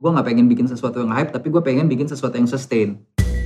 Gue nggak pengen bikin sesuatu yang hype, tapi gue pengen bikin sesuatu yang sustain.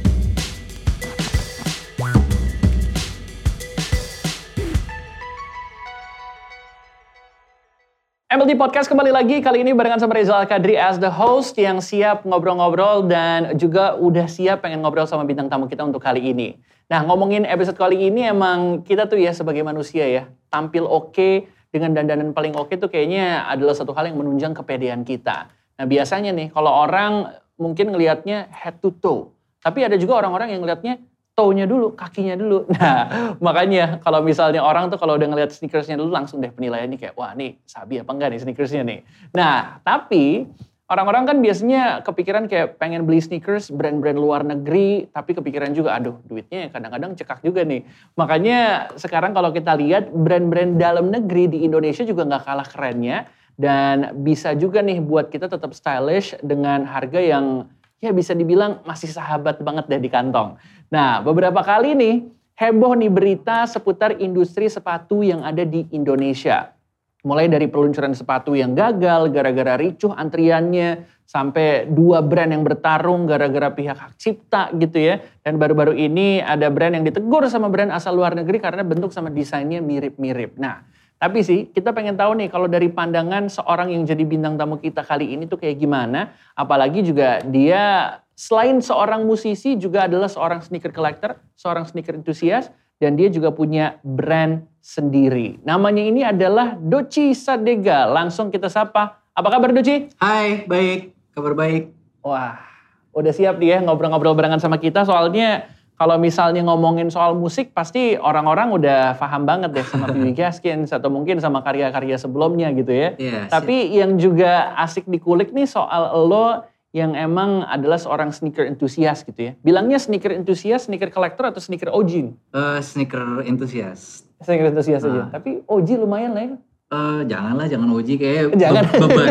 MLT Podcast kembali lagi, kali ini barengan sama Reza Al-Kadri as the host yang siap ngobrol-ngobrol dan juga udah siap pengen ngobrol sama bintang tamu kita untuk kali ini. Nah, ngomongin episode kali ini emang kita tuh ya sebagai manusia ya, tampil oke dengan dandanan paling oke tuh kayaknya adalah satu hal yang menunjang kepedean kita. Nah, biasanya nih kalau orang mungkin ngelihatnya head to toe, tapi ada juga orang-orang yang ngelihatnya toe-nya dulu, kakinya dulu. Nah, makanya kalau misalnya orang tuh kalau udah ngeliat sneakersnya dulu langsung deh penilaiannya kayak, wah nih sabi apa enggak nih sneakersnya nih. Nah, tapi orang-orang kan biasanya kepikiran kayak pengen beli sneakers brand-brand luar negeri, tapi kepikiran juga, aduh duitnya kadang-kadang cekak juga nih. Makanya sekarang kalau kita lihat brand-brand dalam negeri di Indonesia juga nggak kalah kerennya, dan bisa juga nih buat kita tetap stylish dengan harga yang ya bisa dibilang masih sahabat banget deh di kantong. Nah, beberapa kali nih heboh nih berita seputar industri sepatu yang ada di Indonesia. Mulai dari peluncuran sepatu yang gagal gara-gara ricuh antriannya, sampai 2 brand yang bertarung gara-gara pihak hak cipta gitu ya. Dan baru-baru ini ada brand yang ditegur sama brand asal luar negeri karena bentuk sama desainnya mirip-mirip. Nah, tapi sih kita pengen tahu nih kalau dari pandangan seorang yang jadi bintang tamu kita kali ini tuh kayak gimana. Apalagi juga dia selain seorang musisi juga adalah seorang sneaker collector, seorang sneaker enthusiast. Dan dia juga punya brand sendiri. Namanya ini adalah Doci Sadega. Langsung kita sapa. Apa kabar Doci? Hai, baik. Kabar baik. Wah, udah siap dia ngobrol-ngobrol barengan sama kita. Soalnya kalau misalnya ngomongin soal musik, pasti orang-orang udah paham banget deh sama PB Gaskins atau mungkin sama karya-karya sebelumnya gitu ya. Iya, Tapi yang juga asik dikulik nih soal lo yang emang adalah seorang sneaker enthusiast gitu ya. Bilangnya sneaker enthusiast, sneaker collector atau sneaker OG? Sneaker enthusiast. Sneaker enthusiast aja. Tapi OG lumayan lah ya. Janganlah, jangan OG kayak Jangan.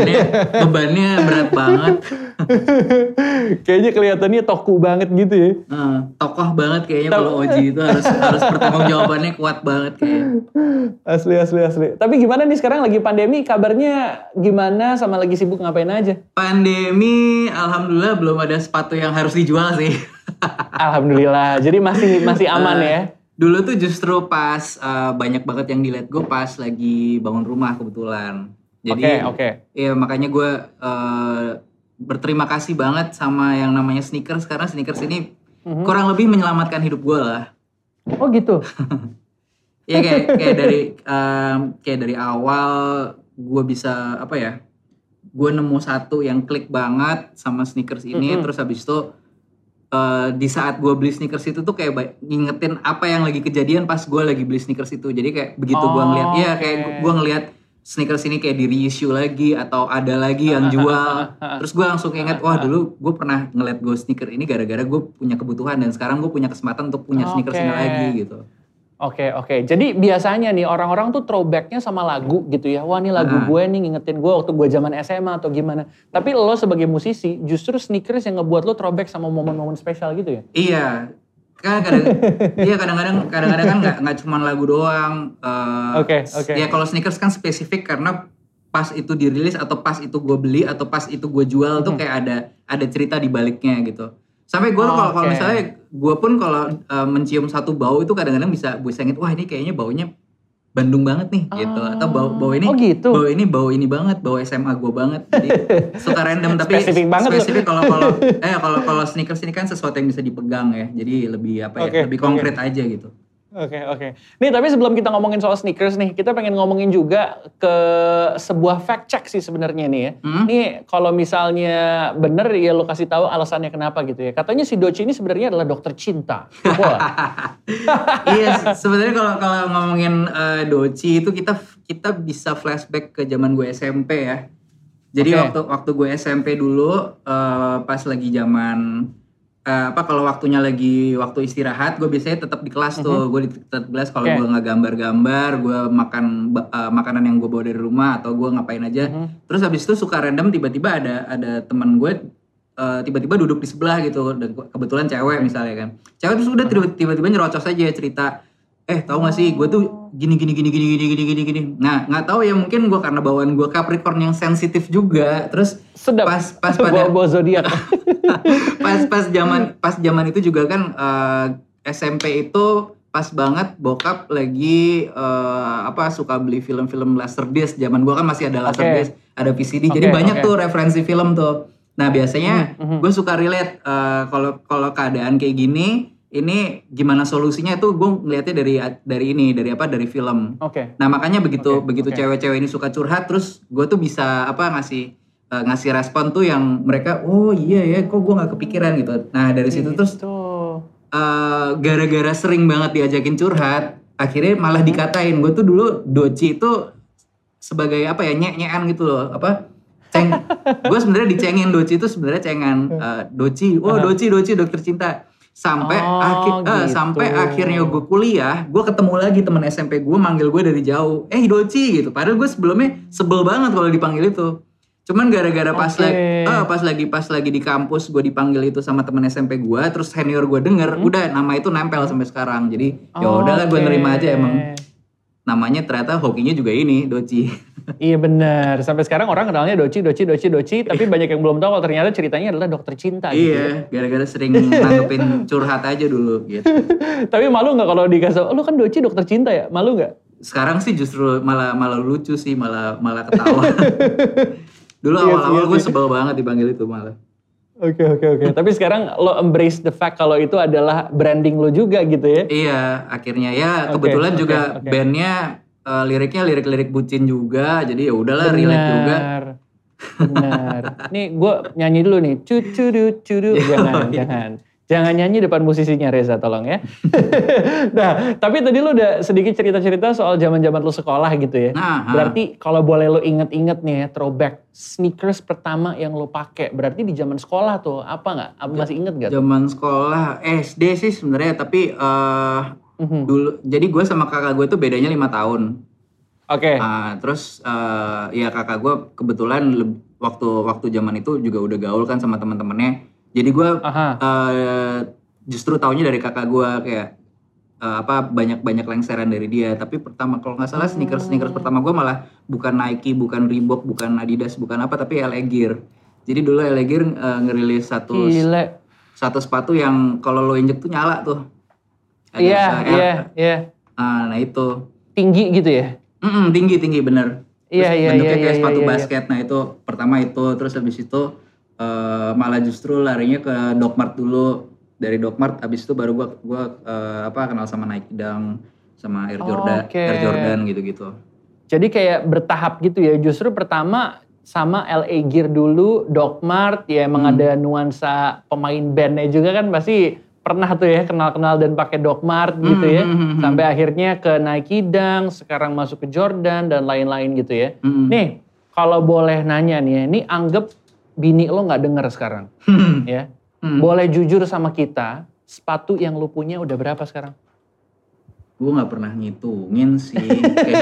bebannya berat banget. Kayaknya kelihatannya toku banget gitu ya. Tokoh banget kayaknya kalau OG itu harus pertanggung jawabannya kuat banget kayaknya. Asli. Tapi gimana nih sekarang lagi pandemi, kabarnya gimana sama lagi sibuk ngapain aja? Pandemi, alhamdulillah belum ada sepatu yang harus dijual sih. Alhamdulillah, jadi masih aman ya. Dulu tuh justru pas banyak banget yang dilihat gue pas lagi bangun rumah kebetulan. Jadi ya makanya gue berterima kasih banget sama yang namanya sneakers, karena sneakers ini kurang lebih menyelamatkan hidup gue lah. Oh gitu. Ya kayak dari awal gue bisa apa ya? Gue nemu satu yang klik banget sama sneakers ini, terus habis itu di saat gue beli sneakers itu tuh kayak ngingetin apa yang lagi kejadian pas gue lagi beli sneakers itu. Jadi kayak begitu gue ngeliat, kayak gue ngeliat sneakers ini kayak di reissue lagi atau ada lagi yang jual. Terus gue langsung ingat, wah dulu gue pernah ngeliat gue sneaker ini gara-gara gue punya kebutuhan dan sekarang gue punya kesempatan untuk punya sneakers ini lagi gitu. Oke. Jadi biasanya nih orang-orang tuh throwbacknya sama lagu gitu ya. Wah ini lagu gue nih ngingetin gue waktu gue zaman SMA atau gimana. Tapi lo sebagai musisi justru sneakers yang ngebuat lo throwback sama momen-momen spesial gitu ya? Iya. Kadang-kadang kan nggak cuma lagu doang. Ya kalau sneakers kan spesifik karena pas itu dirilis atau pas itu gue beli atau pas itu gue jual tuh kayak ada cerita di baliknya gitu. Sampai gue kalau misalnya gue pun kalau mencium satu bau itu kadang-kadang bisa inget, wah ini kayaknya baunya Bandung banget nih gitu, atau bau ini bau ini banget, bau SMA gue banget. Jadi suka random tapi spesifik kalau sneakers ini kan sesuatu yang bisa dipegang ya, jadi lebih lebih konkret aja gitu. Oke. Nih tapi sebelum kita ngomongin soal sneakers nih, kita pengen ngomongin juga ke sebuah fact check sih sebenarnya nih ya. Nih kalau misalnya bener ya lo kasih tahu alasannya kenapa gitu ya. Katanya si Doci ini sebenarnya adalah dokter cinta. Iya, sebenarnya kalau ngomongin Doci itu kita bisa flashback ke zaman gue SMP ya. Jadi waktu gue SMP dulu pas lagi zaman kalau waktunya lagi waktu istirahat, gue biasanya tetap di kelas tuh. Gue tetap di kelas kalau gue nggak gambar-gambar, gue makan makanan yang gue bawa dari rumah atau gue ngapain aja. Terus habis itu suka random tiba-tiba ada teman gue tiba-tiba duduk di sebelah gitu, dan kebetulan cewek misalnya kan. Cewek terus udah tiba-tiba nyerocos aja cerita, tahu gak sih gue tuh gini. Nah nggak tahu ya, mungkin gue karena bawaan gue Capricorn yang sensitif juga. Terus sedap. pas pada bawa zodiak. pas zaman itu juga kan SMP itu pas banget bokap lagi suka beli film-film Laserdisc. Zaman gue kan masih ada Laserdisc, ada VCD. Jadi banyak tuh referensi film tuh. Nah biasanya gue suka relate kalau keadaan kayak gini, ini gimana solusinya itu gue ngeliatnya dari film. Nah makanya begitu cewek-cewek ini suka curhat, terus gue tuh bisa ngasih respon tuh yang mereka, oh iya ya, kok gue nggak kepikiran gitu. Nah dari situ terus gara-gara sering banget diajakin curhat, akhirnya malah dikatain. Gue tuh dulu doci itu sebagai nyek-nyekan gitu loh, gue sebenarnya dicengin. Doci itu sebenarnya cengan. Doci dokter cinta. Sampai akhirnya gue kuliah, gue ketemu lagi teman SMP gue manggil gue dari jauh, Doci gitu. Padahal gue sebelumnya sebel banget kalau dipanggil itu. Cuman gara-gara pas lagi di kampus gue dipanggil itu sama teman SMP gue, terus senior gue denger, udah nama itu nempel sampai sekarang. Jadi ya udahlah gue nerima aja, emang namanya ternyata hokinya juga ini Doci. Iya benar. Sampai sekarang orang kenalnya Doci, tapi banyak yang belum tahu kalau ternyata ceritanya adalah dokter cinta. Iya, gara-gara sering nanggepin curhat aja dulu gitu. Tapi malu nggak kalau dikasih, lu kan Doci dokter cinta ya? Malu nggak? Sekarang sih justru malah lucu sih, malah ketawa. Dulu awal-awal gue sebel banget dipanggil itu malah. Oke. Tapi sekarang lo embrace the fact kalau itu adalah branding lo juga gitu ya? Iya, akhirnya ya kebetulan juga bandnya liriknya lirik bucin juga, jadi ya udahlah relate juga. Benar. Nih gue nyanyi dulu nih, cudu. Jangan nyanyi depan musisinya Reza, tolong ya. Nah, tapi tadi lo udah sedikit cerita-cerita soal zaman-zaman lo sekolah gitu ya. Berarti kalau boleh lo inget-inget nih ya, throwback sneakers pertama yang lo pakai, berarti di zaman sekolah tuh apa nggak? Masih inget nggak? Zaman sekolah SD sih sebenarnya, tapi dulu. Jadi gue sama kakak gue tuh bedanya 5 tahun. Terus ya kakak gue kebetulan waktu zaman itu juga udah gaul kan sama teman-temannya. Jadi gue justru taunya dari kakak gue kayak banyak lengseran dari dia. Tapi pertama kalau nggak salah sneakers pertama gue malah bukan Nike, bukan Reebok, bukan Adidas, bukan apa, tapi LA Gear. Jadi dulu LA Gear ngerilis satu sepatu yang kalau lo injek tuh nyala tuh. Iya. Nah itu tinggi gitu ya? Tinggi bener. Iya. Bentuknya kayak sepatu basket. Nah itu pertama itu, terus habis itu malah justru larinya ke Doc Mart dulu. Dari Doc Mart habis itu baru gue kenal sama Nike Dunk, sama Air Jordan gitu-gitu. Jadi kayak bertahap gitu ya. Justru pertama sama LA Gear dulu, Doc Mart ya emang ada nuansa pemain bandnya juga kan pasti pernah tuh ya kenal-kenal dan pakai Doc Mart gitu ya. Sampai akhirnya ke Nike Dunk, sekarang masuk ke Jordan dan lain-lain gitu ya. Nih, kalau boleh nanya nih ya, ini anggap bini lo gak denger sekarang. Ya. Boleh jujur sama kita, sepatu yang lo punya udah berapa sekarang? Gue gak pernah ngitungin sih.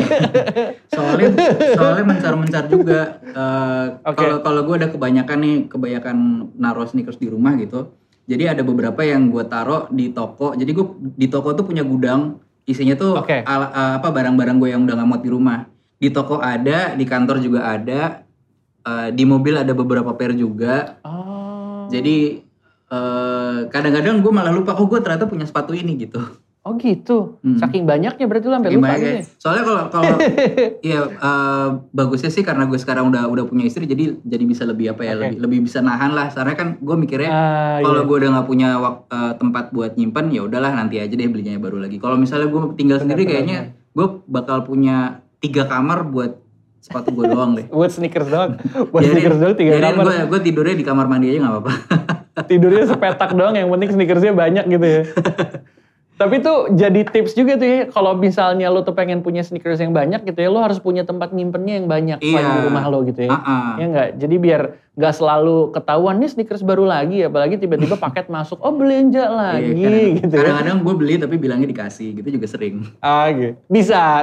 Soalnya mencar-mencar juga. Kalau gue ada kebanyakan naruh sneakers di rumah gitu. Jadi ada beberapa yang gue taruh di toko. Jadi gue di toko tuh punya gudang, isinya tuh barang-barang gue yang udah gak muat di rumah. Di toko ada, di kantor juga ada, di mobil ada beberapa pair juga. Jadi kadang-kadang gue malah lupa, gue ternyata punya sepatu ini gitu. Oh gitu, saking banyaknya berarti lo sampai lupa gitu. Soalnya kalau ya bagusnya sih karena gue sekarang udah punya istri, jadi bisa lebih lebih bisa nahan lah. Soalnya kan gue mikirnya kalau gue udah nggak punya tempat buat nyimpen, ya udahlah nanti aja deh belinya baru lagi. Kalau misalnya gue tinggal sendiri kayaknya gue bakal punya 3 kamar buat sepatu gue doang deh. Buat sneakers doang, sneakers doang 3 kamar. Jadi gue tidurnya di kamar mandi aja nggak apa-apa. Tidurnya sepetak doang, yang penting sneakersnya banyak gitu ya. Tapi tuh jadi tips juga tuh ya, kalau misalnya lo tuh pengen punya sneakers yang banyak gitu ya, lo harus punya tempat nyimpennya yang banyak di rumah lo gitu ya. Ya enggak? Jadi biar enggak selalu ketahuan nih sneakers baru lagi, apalagi tiba-tiba paket masuk, oh belanja lagi gitu. Kadang-kadang gue beli tapi bilangnya dikasih, gitu juga sering. Gitu. Bisa.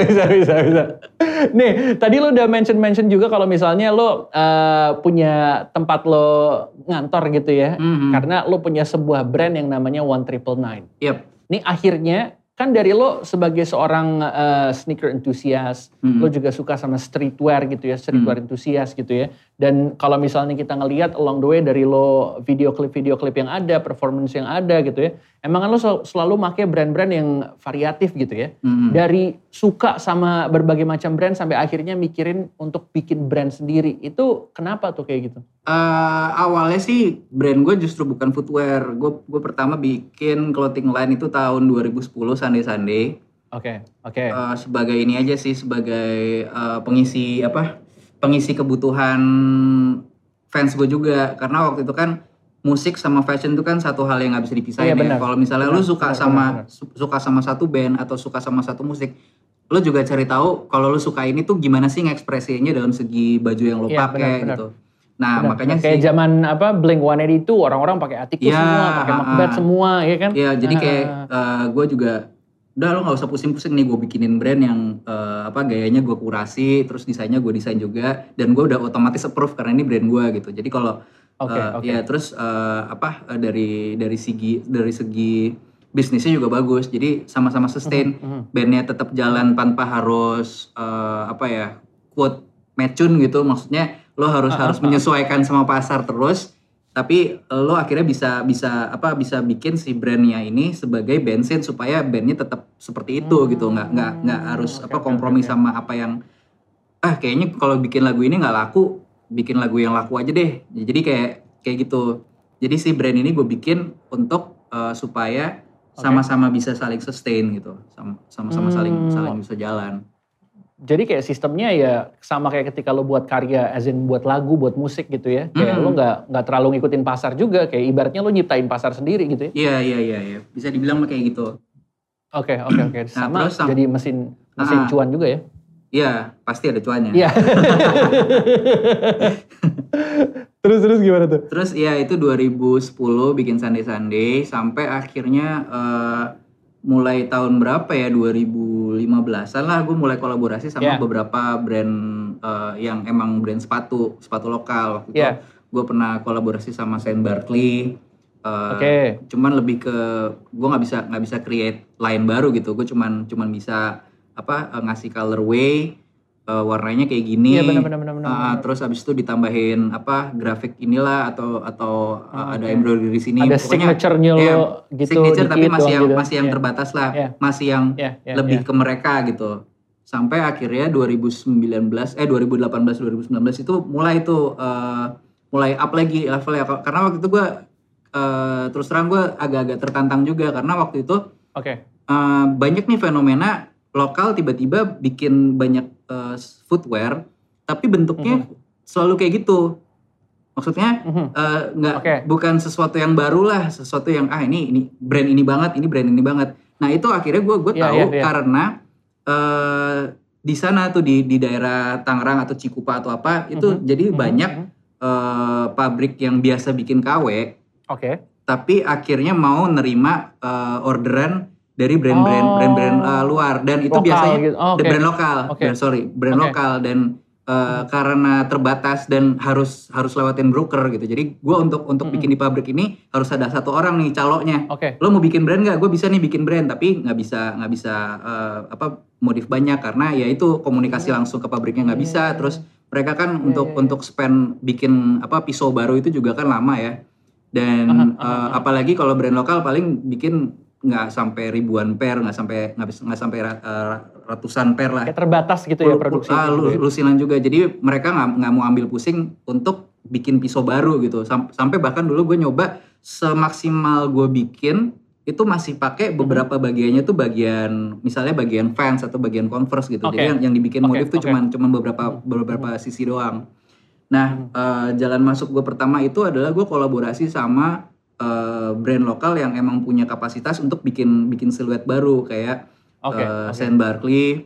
Nih, tadi lo udah mention juga kalau misalnya lo punya tempat lo ngantor gitu ya, karena lo punya sebuah brand yang namanya 1999. Yep. Ini akhirnya kan dari lo sebagai seorang sneaker enthusiast, lo juga suka sama streetwear gitu ya, streetwear enthusiast gitu ya. Dan kalau misalnya kita ngelihat along the way dari lo video klip yang ada, performance yang ada gitu ya, emang kan lo selalu pakai brand-brand yang variatif gitu ya. Dari suka sama berbagai macam brand sampai akhirnya mikirin untuk bikin brand sendiri, itu kenapa tuh kayak gitu? Awalnya sih brand gue justru bukan footwear. Gue pertama bikin clothing line itu tahun 2010 Sunday. Oke. Sebagai ini aja sih, sebagai pengisi kebutuhan fans gue juga. Karena waktu itu kan musik sama fashion itu kan satu hal yang nggak bisa dipisahin ya. Kalau misalnya lu suka sama satu band atau suka sama satu musik, lu juga cari tahu kalau lu suka ini tuh gimana sih ngekspresinya dalam segi baju yang lu pakai gitu. Nah, makanya kayak zaman Blink-182 orang-orang pakai Atticus semua, pakai Macbeth semua, ya kan? Iya, jadi kayak gue juga udah lo nggak usah pusing-pusing nih, gue bikinin brand yang gayanya gue kurasi, terus desainnya gue desain juga, dan gue udah otomatis approve karena ini brand gue gitu. Jadi kalau ya terus dari segi bisnisnya juga bagus, jadi sama-sama sustain. Bandnya tetap jalan tanpa harus quote matchun gitu, maksudnya lo harus menyesuaikan sama pasar terus, tapi lo akhirnya bisa bikin si brandnya ini sebagai bensin supaya bandnya tetap seperti itu gitu, nggak harus kompromi sama apa yang kayaknya kalau bikin lagu ini nggak laku, bikin lagu yang laku aja deh. Jadi kayak gitu. Jadi si brand ini gue bikin untuk supaya sama-sama bisa saling sustain gitu, sama-sama saling bisa jalan. Jadi kayak sistemnya ya sama kayak ketika lo buat karya, as in buat lagu, buat musik gitu ya. Kayak lo nggak terlalu ngikutin pasar juga, kayak ibaratnya lo nyiptain pasar sendiri gitu ya. Iya. Bisa dibilang kayak gitu. Oke. Sama terus, jadi mesin cuan juga ya. Iya, pasti ada cuannya. Iya. terus gimana tuh? Terus ya itu 2010 bikin Sunday sampai akhirnya mulai tahun berapa ya, 2015an lah gue mulai kolaborasi sama beberapa brand yang emang brand sepatu lokal. Waktu itu gue pernah kolaborasi sama Saint Barkley. Cuman lebih ke gue nggak bisa create line baru gitu. Gue cuman bisa ngasih colorway, warnanya kayak gini. Iya benar. Terus abis itu ditambahin grafik inilah atau ada embroidery di sini. Ada signature-nya lo gitu. Signature tapi masih yang terbatas lah, masih yang lebih ke mereka gitu. Sampai akhirnya 2018 2019 itu mulai up lagi levelnya. Karena waktu itu gue terus terang gue agak-agak tertantang juga karena waktu itu banyak nih fenomena lokal tiba-tiba bikin banyak footwear tapi bentuknya selalu kayak gitu. Maksudnya bukan sesuatu yang baru lah, sesuatu yang ini brand ini banget, ini brand ini banget. Nah itu akhirnya gue tahu karena di sana tuh di daerah Tangerang atau Cikupa atau apa itu jadi banyak pabrik yang biasa bikin KW. Tapi akhirnya mau nerima orderan dari brand-brand luar, dan itu lokal, biasanya gitu. Brand lokal, brand lokal, dan karena terbatas dan harus lewatin broker gitu. Jadi gue untuk bikin di pabrik ini harus ada satu orang nih caloknya. Lo mau bikin brand nggak? Gue bisa nih bikin brand, tapi nggak bisa modif banyak karena ya itu komunikasi langsung ke pabriknya nggak bisa. Terus mereka kan untuk spend bikin pisau baru itu juga kan lama ya. Dan apalagi kalau brand lokal paling bikin nggak sampai ribuan pair, nggak sampai ratusan pair lah. Kayak terbatas gitu ya produksi. Lusinan juga. Jadi mereka nggak mau ambil pusing untuk bikin pisau baru gitu. Sampai bahkan dulu gue nyoba semaksimal gue bikin itu masih pakai beberapa bagiannya tuh misalnya bagian Vans atau bagian Converse gitu. Jadi yang dibikin modif tuh cuman beberapa sisi doang. Nah jalan masuk gue pertama itu adalah gue kolaborasi sama brand lokal yang emang punya kapasitas untuk bikin siluet baru kayak Saint Barkley,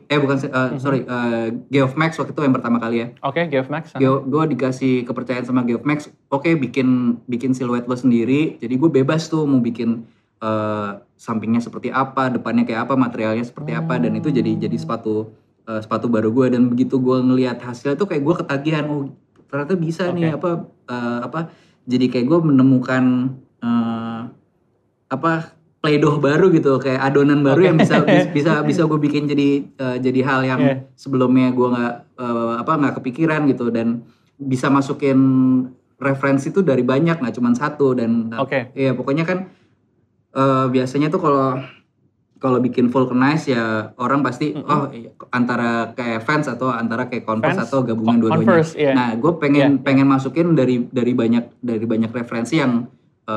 Geoff Max waktu itu yang pertama kali ya. Geoff Max. Gue dikasih kepercayaan sama Geoff Max, bikin siluet lo sendiri. Jadi gue bebas tuh mau bikin sampingnya seperti apa, depannya kayak apa, materialnya seperti apa, dan itu jadi sepatu baru gue. Dan begitu gue ngelihat hasilnya tuh kayak gue ketagihan, ternyata bisa nih jadi kayak gue menemukan play-doh baru gitu, kayak adonan baru yang bisa gue bikin jadi hal yang sebelumnya gue nggak kepikiran gitu, dan bisa masukin referensi tuh dari banyak, nggak cuma satu. Dan ya pokoknya kan biasanya tuh kalau bikin Vulcanize ya orang pasti antara kayak fans atau antara kayak Converse atau gabungan dua-duanya. Nah, gue pengen masukin dari banyak referensi yang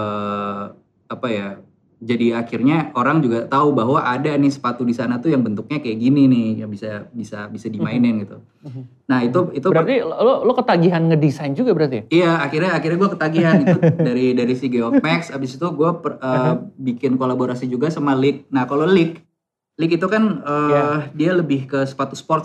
jadi akhirnya orang juga tahu bahwa ada nih sepatu di sana tuh yang bentuknya kayak gini nih, yang bisa dimainin gitu. Nah, itu berarti lo ketagihan ngedesain juga berarti? Iya, akhirnya gue ketagihan itu dari si Geoff Max. Abis itu gue bikin kolaborasi juga sama League. Nah, kalau League itu kan dia lebih ke sepatu sports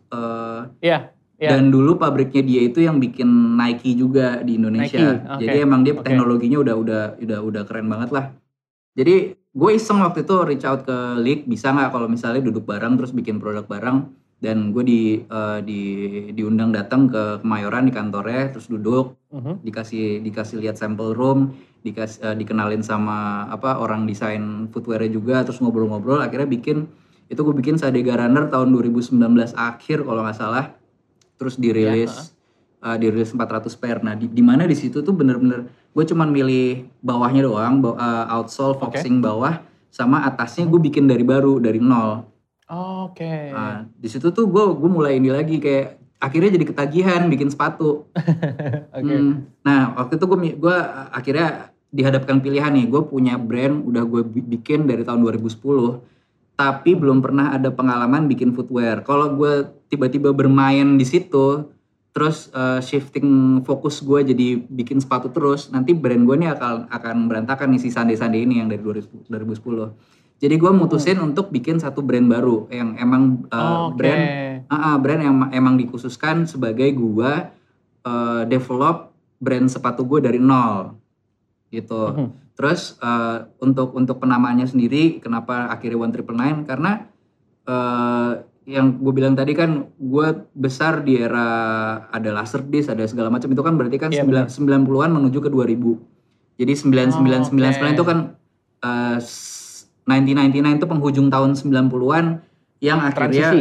ya. Dan dulu pabriknya dia itu yang bikin Nike juga di Indonesia. Jadi emang dia teknologinya udah keren banget lah. Jadi gue iseng waktu itu reach out ke League, bisa nggak kalau misalnya duduk bareng terus bikin produk bareng. Dan gue diundang datang ke Kemayoran di kantornya, terus duduk, dikasih lihat sampel room, dikenalin sama orang desain footwear-nya juga, terus ngobrol-ngobrol, akhirnya gue bikin Sadega Runner tahun 2019 akhir kalau nggak salah, terus dirilis 400 pair. Nah, di mana di situ tuh bener-bener gue cuman milih bawahnya doang, outsole, foxing bawah, sama atasnya gue bikin dari baru, dari nol. Nah, di situ tuh gue mulai ini lagi, kayak akhirnya jadi ketagihan bikin sepatu. Nah, waktu itu gue akhirnya dihadapkan pilihan nih, gue punya brand udah gue bikin dari tahun 2010, tapi belum pernah ada pengalaman bikin footwear. Kalau gue tiba-tiba bermain di situ, terus shifting fokus gue jadi bikin sepatu terus, nanti brand gue nih akan berantakan nih si Sande ini yang dari 2010. Jadi gue mutusin untuk bikin satu brand baru yang emang brand yang emang dikhususkan sebagai gue develop brand sepatu gue dari nol gitu. Terus untuk penamaannya sendiri, kenapa akhirnya 1999? Karena yang gue bilang tadi kan, gue besar di era ada Laserdisc, ada segala macam, itu kan berarti kan 90-an menuju ke 2000. Jadi 9999 itu kan 1999 itu penghujung tahun 90-an yang akhirnya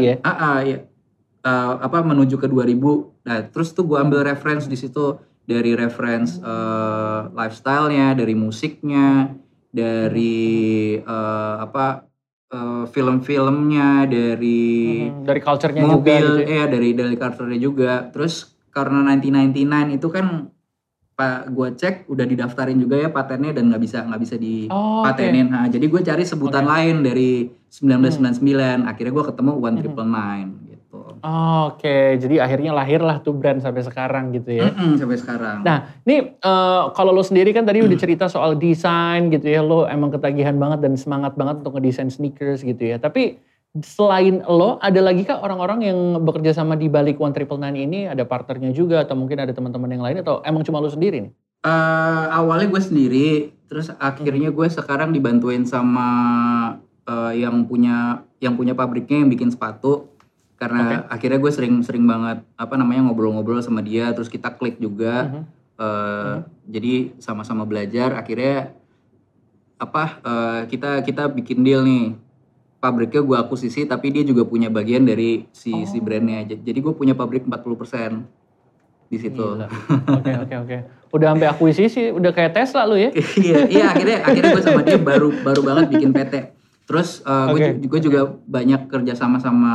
menuju ke 2000. Nah, terus tuh gue ambil reference di situ, dari reference lifestyle-nya, dari musiknya, dari film-filmnya, dari culture-nya mobil, juga gitu. Dari culture-nya juga. Terus karena 1999 itu kan gue cek udah didaftarin juga ya patennya, dan nggak bisa dipatenin. Nah, jadi gue cari sebutan lain dari 1999. Akhirnya gue ketemu 1999 gitu. Jadi akhirnya lahirlah tuh brand sampai sekarang gitu ya. Sampai sekarang. Nah, ini kalau lo sendiri kan tadi udah cerita soal desain gitu ya, lo emang ketagihan banget dan semangat banget untuk ngedesain sneakers gitu ya. Tapi selain lo, ada lagi kah orang-orang yang bekerja sama di balik 1999 ini? Ada partnernya juga atau mungkin ada teman-teman yang lain, atau emang cuma lo sendiri nih? Awalnya gue sendiri, terus akhirnya gue sekarang dibantuin sama yang punya pabriknya yang bikin sepatu. Karena akhirnya gue sering banget ngobrol-ngobrol sama dia, terus kita klik juga. Jadi sama-sama belajar, akhirnya kita bikin deal nih. Pabriknya gue akuisisi, tapi dia juga punya bagian dari si brandnya. Jadi gue punya pabrik 40% di situ. Oke. Udah sampai akuisisi, udah kayak Tesla lu ya? Iya, akhirnya gue sama dia baru banget bikin PT. Terus gue juga banyak kerja sama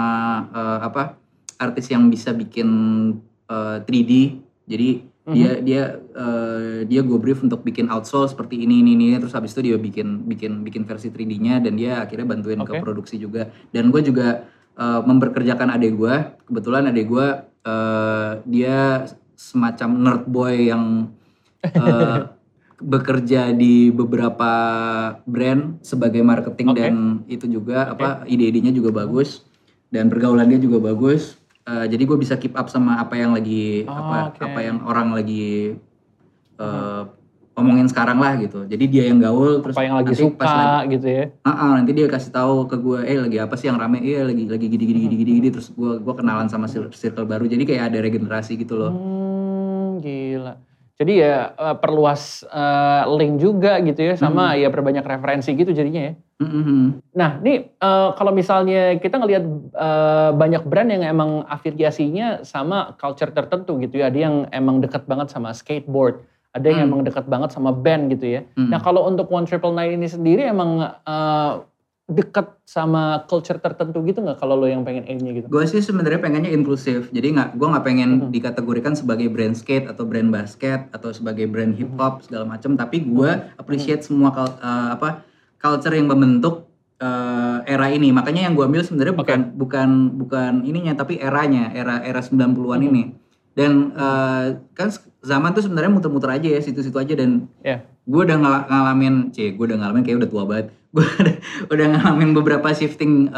artis yang bisa bikin 3D. Jadi dia gue brief untuk bikin outsole seperti ini, terus habis itu dia bikin versi 3D-nya, dan dia akhirnya bantuin ke produksi juga. Dan gue juga memperkerjakan adik gue. Kebetulan adik gue dia semacam nerd boy yang bekerja di beberapa brand sebagai marketing, dan itu juga ide-idenya juga bagus, dan pergaulannya juga bagus. Jadi gue bisa keep up sama apa yang lagi apa yang orang lagi omongin sekarang lah gitu. Jadi dia yang gaul, terus apa yang lagi suka gitu ya. Nanti dia kasih tahu ke gue, lagi apa sih yang rame? Lagi gini, terus gue kenalan sama circle baru. Jadi kayak ada regenerasi gitu loh. Gila. Jadi ya perluas link juga gitu ya, sama ya perbanyak referensi gitu jadinya ya. Nah ini kalau misalnya kita ngelihat banyak brand yang emang afiliasinya sama culture tertentu gitu ya, ada yang emang dekat banget sama skateboard, ada yang emang dekat banget sama band gitu ya. Nah kalau untuk 1999 ini sendiri emang dekat sama culture tertentu gitu nggak kalau lo yang pengen aim-nya gitu? Gue sih sebenarnya pengennya inklusif. Jadi gue nggak pengen dikategorikan sebagai brand skate atau brand basket atau sebagai brand hip hop segala macam. Tapi gue appreciate semua culture yang membentuk era ini. Makanya yang gue ambil sebenarnya bukan ininya, tapi eranya, era 90-an ini. Dan kan zaman tuh sebenarnya muter-muter aja ya, situ-situ aja, dan gue udah ngalamin kayak udah tua banget. Gue udah ngalamin beberapa shifting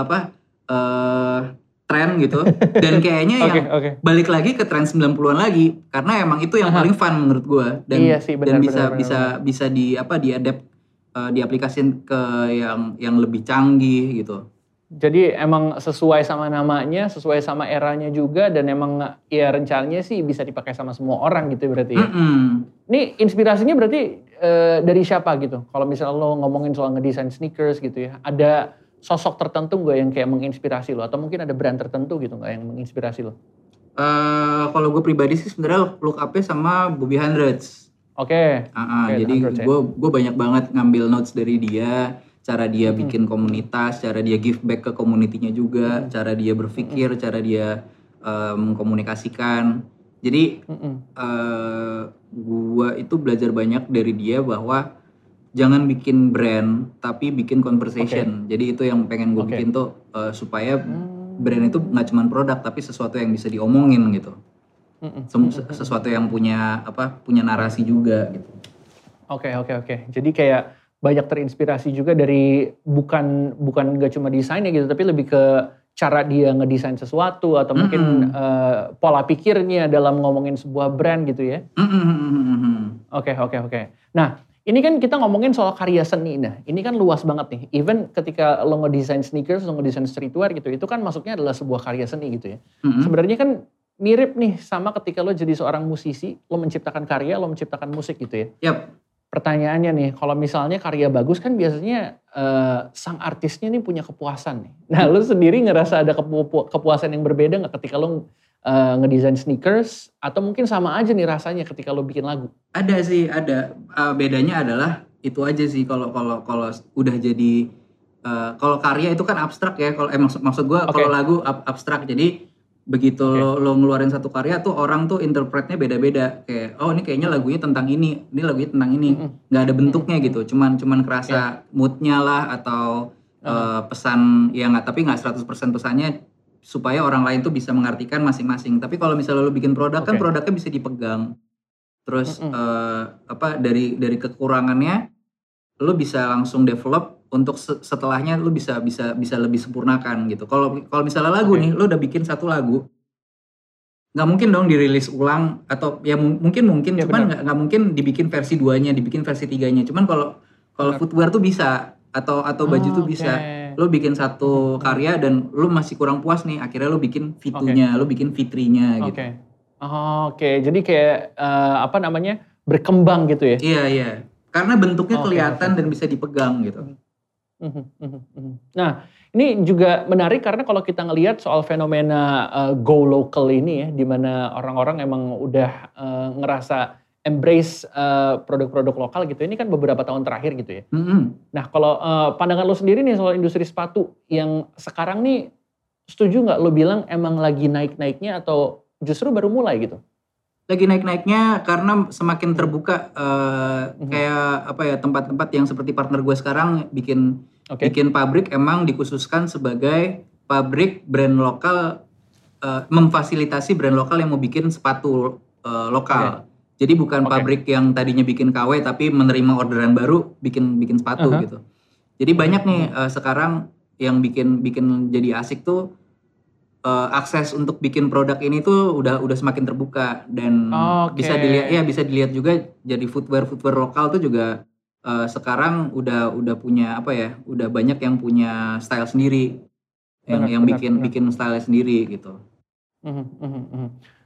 tren gitu, dan kayaknya balik lagi ke tren 90-an lagi, karena emang itu yang paling fun menurut gue, dan bisa diadapt, diaplikasikan ke yang lebih canggih gitu. Jadi emang sesuai sama namanya, sesuai sama eranya juga, dan emang ya rencananya sih bisa dipakai sama semua orang gitu berarti ya. Ini inspirasinya berarti dari siapa gitu? Kalau misalnya lo ngomongin soal ngedesain sneakers gitu ya, ada sosok tertentu nggak yang kayak menginspirasi lo? Atau mungkin ada brand tertentu gitu nggak yang menginspirasi lo? Kalau gue pribadi sih sebenarnya look up-nya sama Bobby Hundreds. Jadi gue banyak banget ngambil notes dari dia. Cara dia bikin komunitas, cara dia give back ke community-nya juga, cara dia berpikir, cara dia mengkomunikasikan. Jadi gue itu belajar banyak dari dia bahwa jangan bikin brand, tapi bikin conversation. Jadi itu yang pengen gue bikin tuh, supaya brand itu nggak cuma produk, tapi sesuatu yang bisa diomongin gitu. Sesuatu yang punya narasi juga gitu. Oke. Jadi kayak banyak terinspirasi juga dari bukan gak cuma desainnya gitu, tapi lebih ke cara dia ngedesain sesuatu atau mungkin pola pikirnya dalam ngomongin sebuah brand gitu ya. Oke. Nah ini kan kita ngomongin soal karya seni. Nah ini kan luas banget nih. Even ketika lo ngedesain sneakers, lo ngedesain streetwear gitu, itu kan masuknya adalah sebuah karya seni gitu ya. Sebenarnya kan mirip nih sama ketika lo jadi seorang musisi, lo menciptakan karya, lo menciptakan musik gitu ya. Pertanyaannya nih, kalau misalnya karya bagus kan biasanya sang artisnya nih punya kepuasan nih. Nah lu sendiri ngerasa ada kepuasan yang berbeda gak ketika lu ngedesain sneakers? Atau mungkin sama aja nih rasanya ketika lu bikin lagu? Ada sih, ada. Bedanya adalah itu aja sih, kalau udah jadi, kalau karya itu kan abstrak ya. Kalau maksud gue kalau lagu abstrak, jadi begitu lo ngeluarin satu karya tuh orang tuh interpretnya beda-beda, kayak ini kayaknya lagunya tentang ini lagunya tentang ini, nggak ada bentuknya gitu, cuman kerasa moodnya lah atau pesan ya nggak, tapi nggak 100% pesannya supaya orang lain tuh bisa mengartikan masing-masing. Tapi kalau misalnya lo bikin produk kan produknya bisa dipegang, terus dari kekurangannya lo bisa langsung develop untuk setelahnya lo bisa lebih sempurnakan gitu. Kalau misalnya lagu nih, lo udah bikin satu lagu, nggak mungkin dong dirilis ulang, atau ya mungkin ya, cuman nggak mungkin dibikin versi 2-nya, dibikin versi 3-nya. Cuman kalau footwear tuh bisa, atau baju tuh bisa. Lo bikin satu karya dan lo masih kurang puas nih, akhirnya lo bikin V2-nya, lo bikin V3-nya gitu. Jadi kayak berkembang gitu ya? Iya. Karena bentuknya kelihatan dan bisa dipegang gitu. Nah, ini juga menarik karena kalau kita ngelihat soal fenomena go local ini ya, di mana orang-orang emang udah ngerasa embrace produk-produk lokal gitu. Ini kan beberapa tahun terakhir gitu ya. Nah, kalau pandangan lo sendiri nih soal industri sepatu yang sekarang nih, setuju nggak lo bilang emang lagi naik-naiknya atau justru baru mulai gitu? Lagi naik-naiknya karena semakin terbuka, kayak tempat-tempat yang seperti partner gue sekarang bikin pabrik emang dikhususkan sebagai pabrik brand lokal, memfasilitasi brand lokal yang mau bikin sepatu lokal. Jadi bukan pabrik yang tadinya bikin KW tapi menerima orderan baru bikin sepatu gitu. Jadi banyak nih sekarang yang bikin jadi asik tuh, akses untuk bikin produk ini tuh udah semakin terbuka, dan bisa dilihat juga, jadi footwear lokal tuh juga sekarang udah punya udah banyak yang punya style sendiri, yang bikin style sendiri gitu.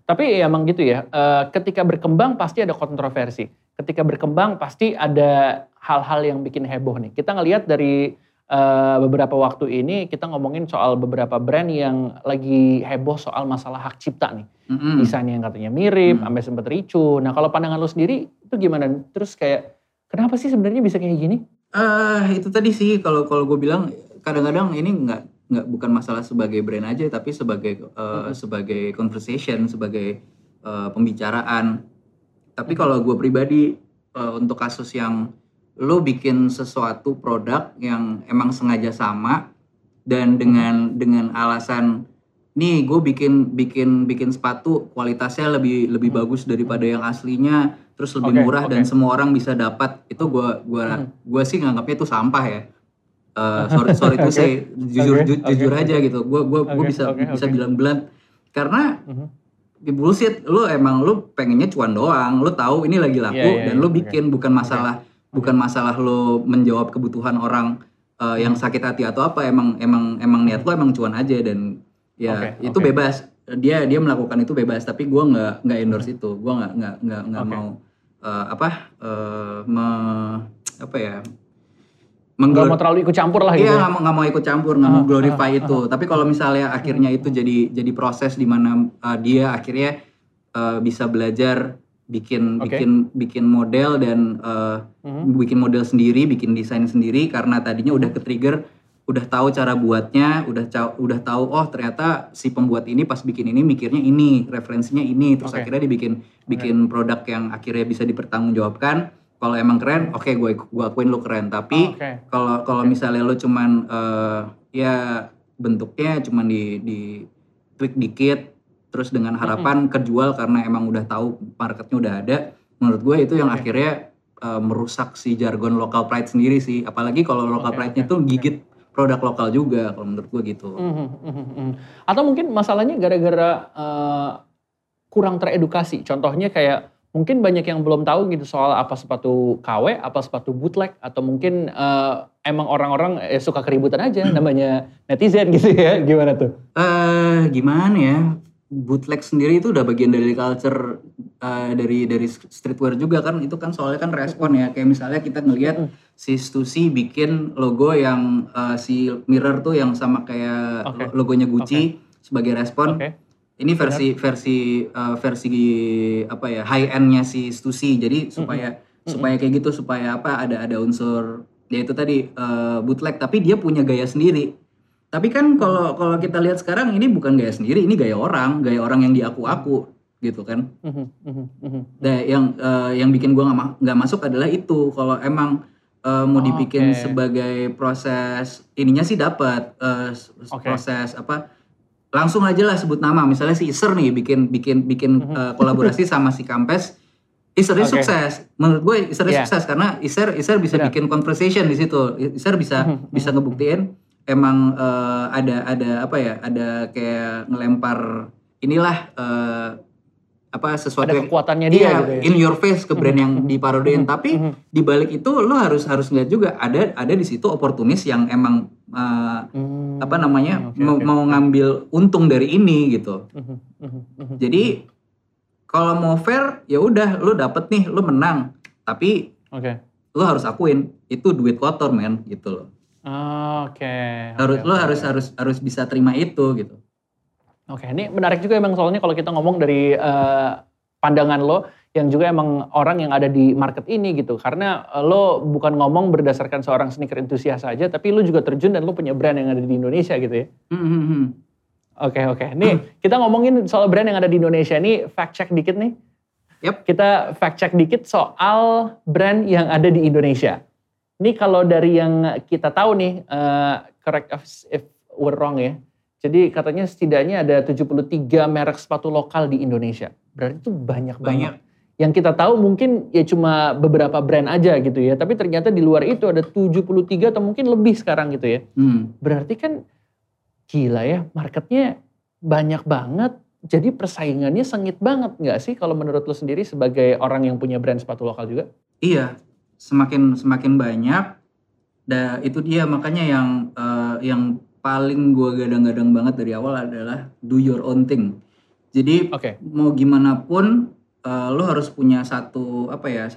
Tapi ya emang gitu ya, ketika berkembang pasti ada kontroversi. Ketika berkembang pasti ada hal-hal yang bikin heboh nih. Kita ngelihat dari beberapa waktu ini kita ngomongin soal beberapa brand yang lagi heboh soal masalah hak cipta nih. Desainnya yang katanya mirip, sampai sempet ricu. Nah kalau pandangan lo sendiri itu gimana? Terus kayak kenapa sih sebenarnya bisa kayak gini? Itu tadi sih kalau gue bilang kadang-kadang ini bukan masalah sebagai brand aja tapi sebagai sebagai conversation, sebagai pembicaraan. Tapi kalau gue pribadi untuk kasus yang lo bikin sesuatu produk yang emang sengaja sama dan dengan alasan nih gue bikin sepatu kualitasnya lebih bagus daripada yang aslinya, terus lebih murah dan semua orang bisa dapat, itu gue sih nganggapnya itu sampah ya. Sorry tuh saya jujur aja gitu. Gue bisa bilang blunt karena bullshit. Lu pengennya cuan doang. Lu tahu ini lagi laku dan lu bikin bukan masalah lu menjawab kebutuhan orang yang sakit hati atau apa. Emang niat lu emang cuan aja dan ya itu bebas. Dia melakukan itu bebas. Tapi gue nggak endorse itu. Gue nggak mau nggak mau terlalu ikut campur lah gitu. Iya, nggak mau ikut campur, nggak mau glorify itu. Tapi kalau misalnya akhirnya itu jadi proses di mana dia akhirnya bisa belajar bikin model dan bikin model sendiri, bikin desain sendiri karena tadinya udah ke-trigger, udah tahu cara buatnya, udah tahu oh ternyata si pembuat ini pas bikin ini mikirnya ini, referensinya ini, terus akhirnya dibikin produk yang akhirnya bisa dipertanggungjawabkan. Kalau emang keren, oke, gue akuin lo keren. Tapi kalau misalnya lo cuman ya bentuknya cuman di tweak dikit, terus dengan harapan kejual karena emang udah tahu marketnya udah ada, menurut gue itu yang akhirnya merusak si jargon local pride sendiri sih. Apalagi kalau local pride-nya tuh gigit produk lokal juga, kalau menurut gue gitu. Atau mungkin masalahnya gara-gara kurang teredukasi. Contohnya kayak mungkin banyak yang belum tahu gitu soal apa sepatu KW, apa sepatu bootleg, atau mungkin emang orang-orang suka keributan aja, namanya netizen gitu ya, gimana tuh? Gimana ya, bootleg sendiri itu udah bagian dari culture dari streetwear juga kan, itu kan soalnya kan respon ya, kayak misalnya kita ngelihat si Stussy bikin logo yang si mirror tuh yang sama kayak logonya Gucci sebagai respon. Ini versi apa ya, high end-nya si Stussy. Jadi supaya kayak gitu, supaya apa, ada unsur ya itu tadi bootleg, tapi dia punya gaya sendiri. Tapi kan kalau kita lihat sekarang ini bukan gaya sendiri, ini gaya orang yang diaku-aku gitu kan. Nah, yang bikin gua nggak masuk adalah itu. Kalau emang mau dibikin sebagai proses ininya sih dapat proses apa, langsung aja lah sebut nama, misalnya si Iser nih bikin kolaborasi sama si Campes. Iser sukses, menurut gue Iser sukses karena Iser bisa bikin conversation di situ. Iser bisa ngebuktiin emang ada apa ya, ada kayak ngelempar inilah sesuatu ada kekuatannya dia gitu ya. In your face ke brand yang diparodein. Tapi di balik itu lo harus lihat juga ada di situ oportunis yang emang mau ngambil untung dari ini gitu. Jadi kalau mau fair ya udah, lo dapet nih, lo menang, tapi lo harus akuin itu duit kotor men gitu loh. Harus bisa terima itu gitu. Ini menarik juga emang soalnya kalau kita ngomong dari pandangan lo yang juga emang orang yang ada di market ini gitu. Karena lo bukan ngomong berdasarkan seorang sneaker enthusiast saja, tapi lo juga terjun dan lo punya brand yang ada di Indonesia gitu ya. Oke. Nih kita ngomongin soal brand yang ada di Indonesia. Nih fact check dikit nih. Kita fact check dikit soal brand yang ada di Indonesia. Ini kalau dari yang kita tahu nih, correct if we're wrong ya. Jadi katanya setidaknya ada 73 merek sepatu lokal di Indonesia. Berarti itu banyak banget. Yang kita tahu mungkin ya cuma beberapa brand aja gitu ya. Tapi ternyata di luar itu ada 73 atau mungkin lebih sekarang gitu ya. Berarti kan gila ya, marketnya banyak banget. Jadi persaingannya sengit banget gak sih kalau menurut lo sendiri sebagai orang yang punya brand sepatu lokal juga? Iya, semakin banyak. Itu dia makanya yang paling gue gadang-gadang banget dari awal adalah do your own thing. Jadi mau gimana pun lo harus punya satu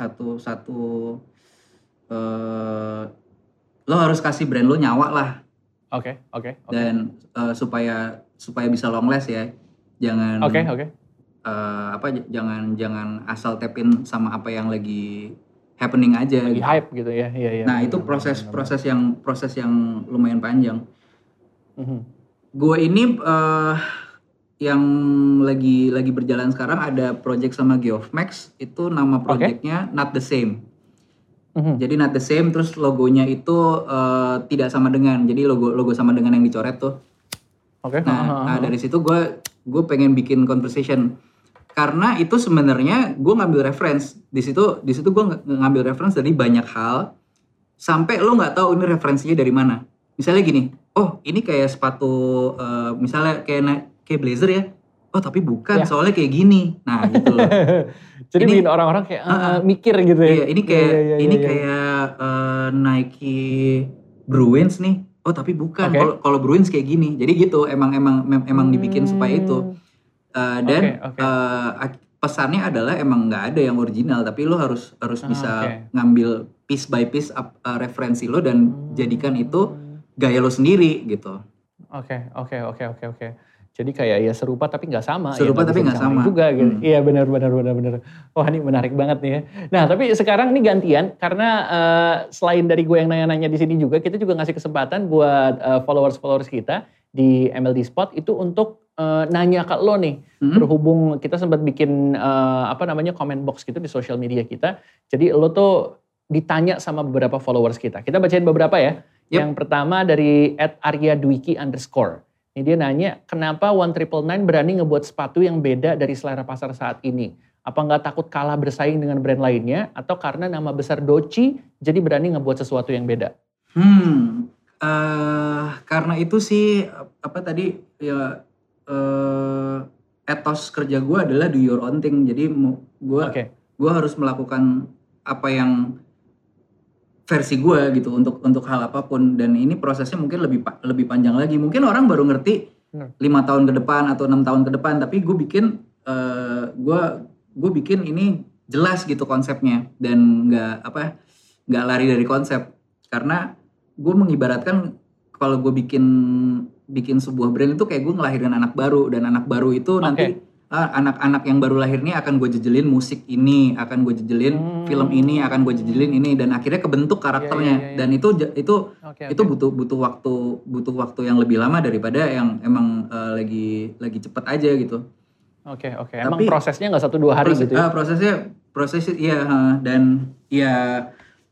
lo harus kasih brand lo nyawa lah. Oke. Dan supaya bisa long last ya. Jangan jangan asal tapin sama apa yang lagi happening aja. Lagi gitu. Hype gitu ya. Iya. Nah, itu proses yang lumayan panjang. Gue ini yang lagi berjalan sekarang ada project sama Geoff Max, itu nama projectnya Not The Same. Jadi Not The Same, terus logonya itu tidak sama dengan, jadi logo sama dengan yang dicoret tuh. Nah dari situ gue pengen bikin conversation, karena itu sebenarnya gue ngambil reference di situ gue ngambil reference dari banyak hal, sampai lo nggak tahu ini referensinya dari mana. Misalnya gini, oh ini kayak sepatu, misalnya kayak blazer ya, oh tapi bukan, soalnya kayak gini. Nah gitu loh. Jadi bikin orang-orang kayak mikir gitu ya. Iya, ini kayak Nike Bruins nih, oh tapi bukan, kalau Bruins kayak gini. Jadi gitu, emang dibikin supaya itu. Dan pesannya adalah emang nggak ada yang original, tapi lo harus bisa ngambil piece by piece referensi lo dan jadikan itu gaya lo sendiri gitu. Oke. Jadi kayak ya serupa tapi nggak sama. Serupa tapi nggak sama juga gitu. Iya benar. Wah ini menarik banget nih ya. Nah tapi sekarang ini gantian, karena selain dari gue yang nanya-nanya di sini juga, kita juga ngasih kesempatan buat followers kita di MLD Spot itu untuk nanya ke lo nih. Berhubung kita sempat bikin comment box gitu di social media kita. Jadi lo tuh ditanya sama beberapa followers kita. Kita bacain beberapa ya. Yang pertama dari @aryadwiki_. Ini dia nanya, kenapa 1999 berani ngebuat sepatu yang beda dari selera pasar saat ini? Apa nggak takut kalah bersaing dengan brand lainnya? Atau karena nama besar Doci, jadi berani ngebuat sesuatu yang beda? Karena itu sih, etos kerja gue adalah do your own thing. Jadi gue harus melakukan apa yang versi gue gitu untuk hal apapun, dan ini prosesnya mungkin lebih panjang lagi. Mungkin orang baru ngerti 5 tahun ke depan atau 6 tahun ke depan, tapi gue bikin bikin ini jelas gitu konsepnya, dan nggak lari dari konsep. Karena gue mengibaratkan kalau gue bikin sebuah brand itu kayak gue ngelahirin anak baru, dan anak baru itu nanti anak-anak yang baru lahir ini akan gue jejelin musik ini, akan gue jejelin film ini, akan gue jejelin ini, dan akhirnya kebentuk karakternya. Dan itu butuh waktu yang lebih lama daripada yang emang lagi cepet aja gitu. Oke. Emang prosesnya nggak 1-2 hari gitu ya? Prosesnya iya, dan ya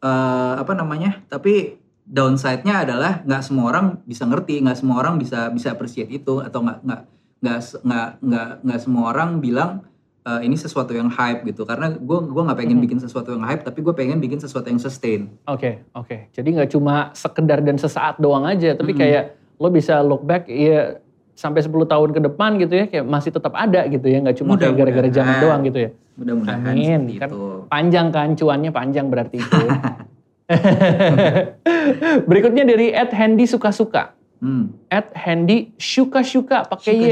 tapi downside-nya adalah nggak semua orang bisa ngerti, nggak semua orang bisa appreciate itu, atau nggak semua orang bilang ini sesuatu yang hype gitu. Karena gue nggak pengen bikin sesuatu yang hype, tapi gue pengen bikin sesuatu yang sustain. Oke. Jadi nggak cuma sekedar dan sesaat doang aja, tapi kayak lo bisa look back ya sampai 10 tahun ke depan gitu ya, kayak masih tetap ada gitu ya, nggak cuma kayak gara-gara zaman doang gitu ya. Mudah-mudahan. Amin. Kan panjang kan, cuannya panjang berarti itu. Berikutnya dari @Handy Suka-Suka. @Handy Syuka-Syuka pakai Y.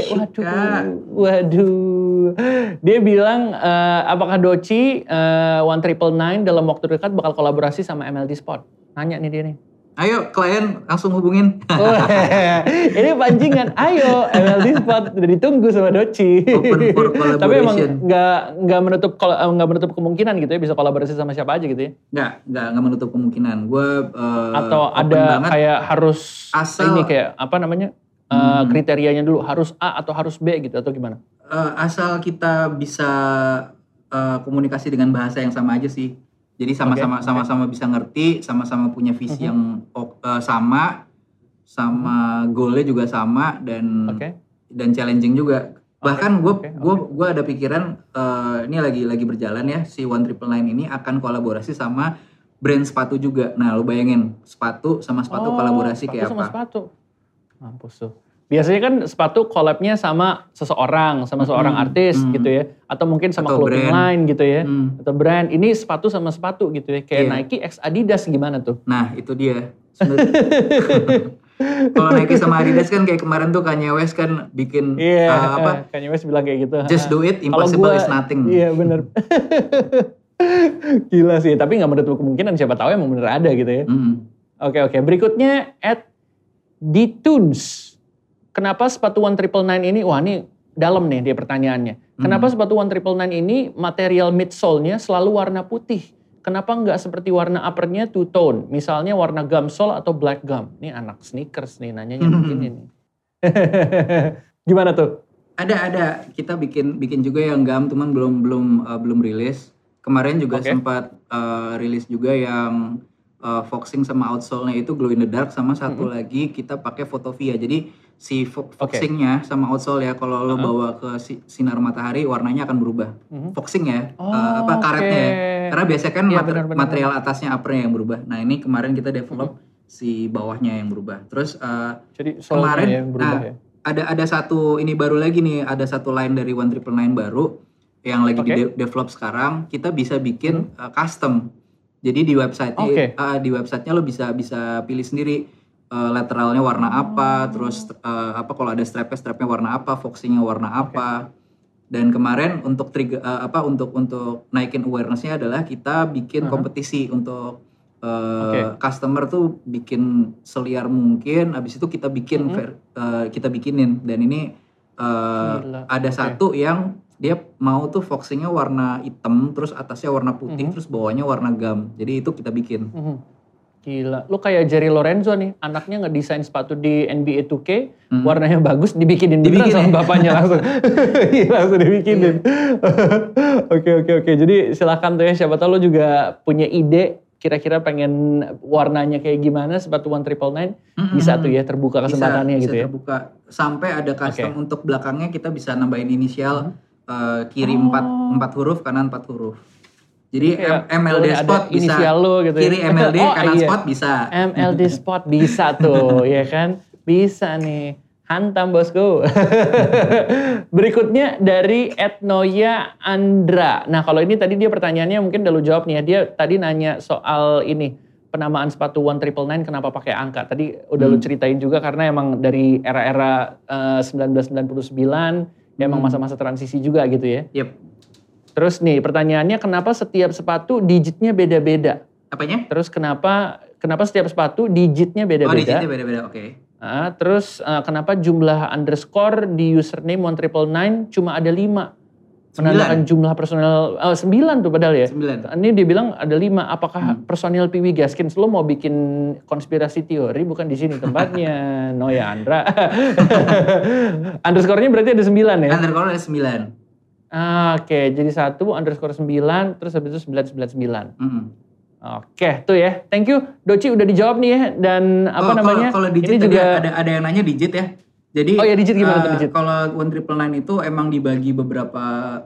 Waduh. Dia bilang apakah Doci 1999 dalam waktu dekat bakal kolaborasi sama MLD Spot? Nanya nih dia nih. Ayo klien langsung hubungin. Ini pancingan. Ayo MLD Spot udah ditunggu sama Doci. Open for collaboration. Tapi emang nggak menutup kemungkinan gitu ya, bisa kolaborasi sama siapa aja gitu ya? Nggak menutup kemungkinan. Gue atau ada banget. Kayak harus ini kayak apa namanya kriterianya dulu, harus A atau harus B gitu atau gimana? Asal kita bisa komunikasi dengan bahasa yang sama aja sih. Jadi sama-sama bisa ngerti, sama-sama punya visi yang sama goalnya juga sama, dan challenging juga. Bahkan gue ada pikiran ini lagi berjalan ya, si 1999 ini akan kolaborasi sama brand sepatu juga. Nah, lu bayangin sepatu sama sepatu kolaborasi kayak apa? Sepatu. Mampus tuh. Biasanya kan sepatu collab-nya sama seseorang, sama seorang artis gitu ya. Atau mungkin sama clothing line gitu ya. Atau brand. Ini sepatu sama sepatu gitu ya. Kayak Nike x Adidas gimana tuh? Nah itu dia. Kalau Nike sama Adidas kan kayak kemarin tuh Kanye West kan bikin Kanye West bilang kayak gitu. Just do it, impossible is nothing. Iya bener. Gila sih, tapi gak menutup kemungkinan siapa tahu emang bener ada gitu ya. Oke. Berikutnya @ditunes. Kenapa sepatu 1999 ini, wah ini dalam nih dia pertanyaannya. Kenapa sepatu 1999 ini material midsole-nya selalu warna putih? Kenapa nggak seperti warna uppernya two tone? Misalnya warna gum sole atau black gum. Ini anak sneakers nih nanyanya mungkin ini. Gimana tuh? Ada. Kita bikin juga yang gum, cuman belum rilis. Kemarin juga sempat rilis juga yang foxing sama outsole-nya itu glow in the dark, sama satu lagi kita pakai Photovia. Jadi si foxingnya sama outsole ya, kalau lo bawa ke sinar matahari warnanya akan berubah. Foxing ya, karetnya ya. Karena biasanya kan material atasnya uppernya yang berubah. Nah ini kemarin kita develop si bawahnya yang berubah. Terus jadi kemarin yang berubah, ya? ada satu ini baru lagi nih, ada satu line dari 1999 baru yang lagi di develop sekarang. Kita bisa bikin custom. Jadi di websitenya lo bisa pilih sendiri lateralnya warna apa, terus kalau ada strapnya warna apa, foxingnya warna apa. Dan kemarin untuk untuk naikin awareness-nya adalah kita bikin kompetisi untuk customer tuh bikin seliar mungkin, habis itu kita bikinin. Dan ini ada satu yang dia mau tuh foxingnya warna hitam, terus atasnya warna putih, terus bawahnya warna gum. Jadi itu kita bikin. Gila, lu kayak Jerry Lorenzo nih, anaknya ngedesain sepatu di NBA 2K, warnanya bagus, dibikinin sama bapaknya langsung. Langsung dibikinin. Oke. Jadi silakan tuh ya, siapa tahu lu juga punya ide, kira-kira pengen warnanya kayak gimana sepatu 1999, bisa tuh ya terbuka kesempatannya bisa gitu ya. Terbuka. Sampai ada custom untuk belakangnya kita bisa nambahin inisial, kiri 4 huruf, kanan 4 huruf. Jadi MLD spot bisa, lo gitu kiri ya. MLD, kanan spot bisa. MLD spot bisa tuh, ya kan? Bisa nih, hantam bosku. Berikutnya dari @noya Andra. Nah kalau ini tadi dia pertanyaannya mungkin udah lu jawab nih ya. Dia tadi nanya soal ini, penamaan sepatu 1999 kenapa pakai angka. Tadi udah lu ceritain juga karena emang dari era-era 1999, emang masa-masa transisi juga gitu ya. Yep. Terus nih pertanyaannya, kenapa setiap sepatu digitnya beda-beda? Apanya? Terus kenapa setiap sepatu digitnya beda-beda? Oh, digitnya beda-beda, oke. Terus kenapa jumlah underscore di username 1999 cuma ada 5? Menandakan jumlah personel 9 tuh padahal ya. 9. Ini dia bilang ada 5. Apakah personil Piwi Gaskins? Lo mau bikin konspirasi teori? Bukan di sini tempatnya. Noya Andra. Underscore-nya berarti ada 9 ya? Underscore ada 9. Oke, jadi 1 underscore 9, terus habis itu 999. Oke, tuh ya. Thank you, Doci udah dijawab nih ya. Dan kalau digit ini juga ada yang nanya digit ya. Jadi digit gimana tuh digit? Kalau 1999 itu emang dibagi beberapa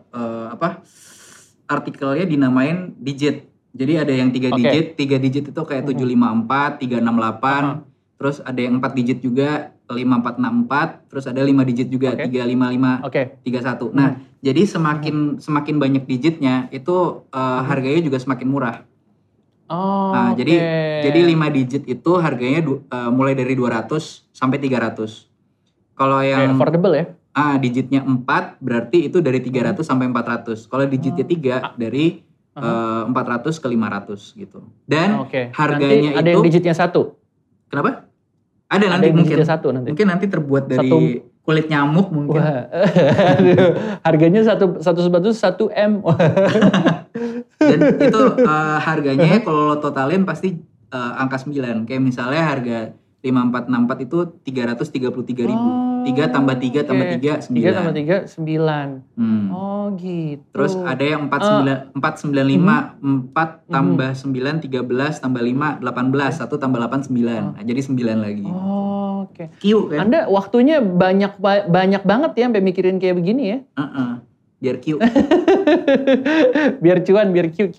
artikelnya dinamain digit. Jadi ada yang 3 digit, 3 digit itu kayak 754, 368, terus ada yang 4 digit juga 5464, terus ada 5 digit juga 355, 31. Nah, jadi semakin banyak digitnya itu harganya juga semakin murah. Nah, jadi 5 digit itu harganya mulai dari 200 sampai 300. Kalau yang affordable ya? Digitnya 4 berarti itu dari 300 sampai 400. Kalau digitnya 3 dari 400 ke 500 gitu. Dan harganya nanti ada yang digitnya 1. Kenapa? Ada nanti mungkin. Nanti. Mungkin nanti terbuat dari kulit nyamuk mungkin. Harganya satu sepatu 1M. Dan itu harganya kalau lo totalin pasti angka 9. Kayak misalnya harga 5464 itu 333.000. 3 tambah 3 tambah 3 9. 3 tambah 3 9. Oh gitu. Terus ada yang 495 4 tambah 9 13 tambah 5 18 1 tambah 8 9. Nah, jadi 9 lagi. Oke. Q kan? Anda waktunya banyak banget ya sampai mikirin kayak begini ya. Biar Q. Biar cuan, biar Q.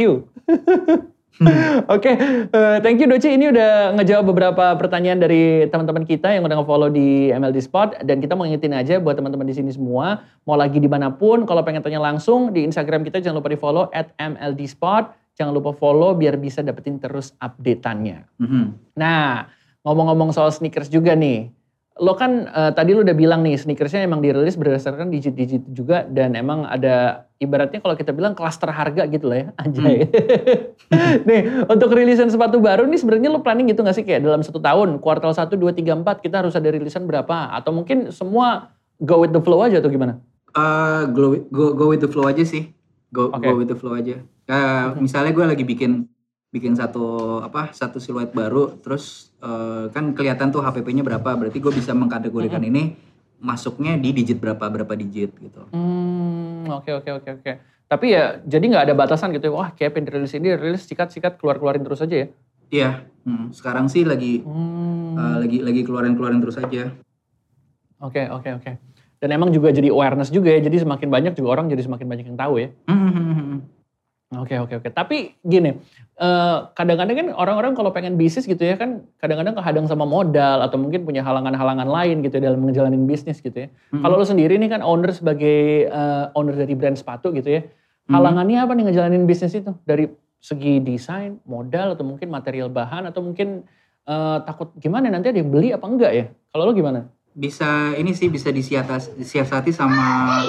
Oke, thank you Doci. Ini udah ngejawab beberapa pertanyaan dari teman-teman kita yang udah nge-follow di MLD Spot. Dan kita mau ngingetin aja buat teman-teman di sini semua, mau lagi dimanapun, kalau pengen tanya langsung di Instagram kita jangan lupa di follow @MLD Spot. Jangan lupa follow biar bisa dapetin terus update-annya. Nah, ngomong-ngomong soal sneakers juga nih. Lo kan tadi lo udah bilang nih sneakersnya emang dirilis berdasarkan digit-digit juga dan emang ada ibaratnya kalau kita bilang klaster harga gitu lah ya, anjay. Nih untuk rilisan sepatu baru nih sebenarnya lo planning gitu gak sih kayak dalam 1 tahun, kuartal 1, 2, 3, 4 kita harus ada rilisan berapa? Atau mungkin semua go with the flow aja atau gimana? Go with the flow aja sih, go with the flow aja. Misalnya gue lagi bikin satu siluet baru, terus kan kelihatan tuh HPP-nya berapa, berarti gue bisa mengkategorikan ini masuknya di digit berapa digit gitu. Oke. Tapi ya jadi nggak ada batasan gitu ya, wah kayak pengen rilis ini, rilis sikat keluarin terus aja ya? Iya, sekarang sih lagi keluarin terus aja. Oke. Dan emang juga jadi awareness juga ya, jadi semakin banyak juga orang jadi semakin banyak yang tahu ya? Oke. Tapi gini, kadang-kadang kan orang-orang kalau pengen bisnis gitu ya kan kadang-kadang kehadang sama modal atau mungkin punya halangan-halangan lain gitu ya dalam ngejalanin bisnis gitu ya. Kalau lo sendiri nih kan owner sebagai owner dari brand sepatu gitu ya, halangannya apa nih ngejalanin bisnis itu? Dari segi desain, modal atau mungkin material bahan atau mungkin takut gimana nanti ada yang beli apa enggak ya? Kalau lo gimana? Bisa disiasati sama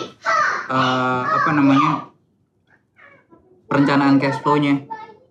perencanaan cash flow-nya.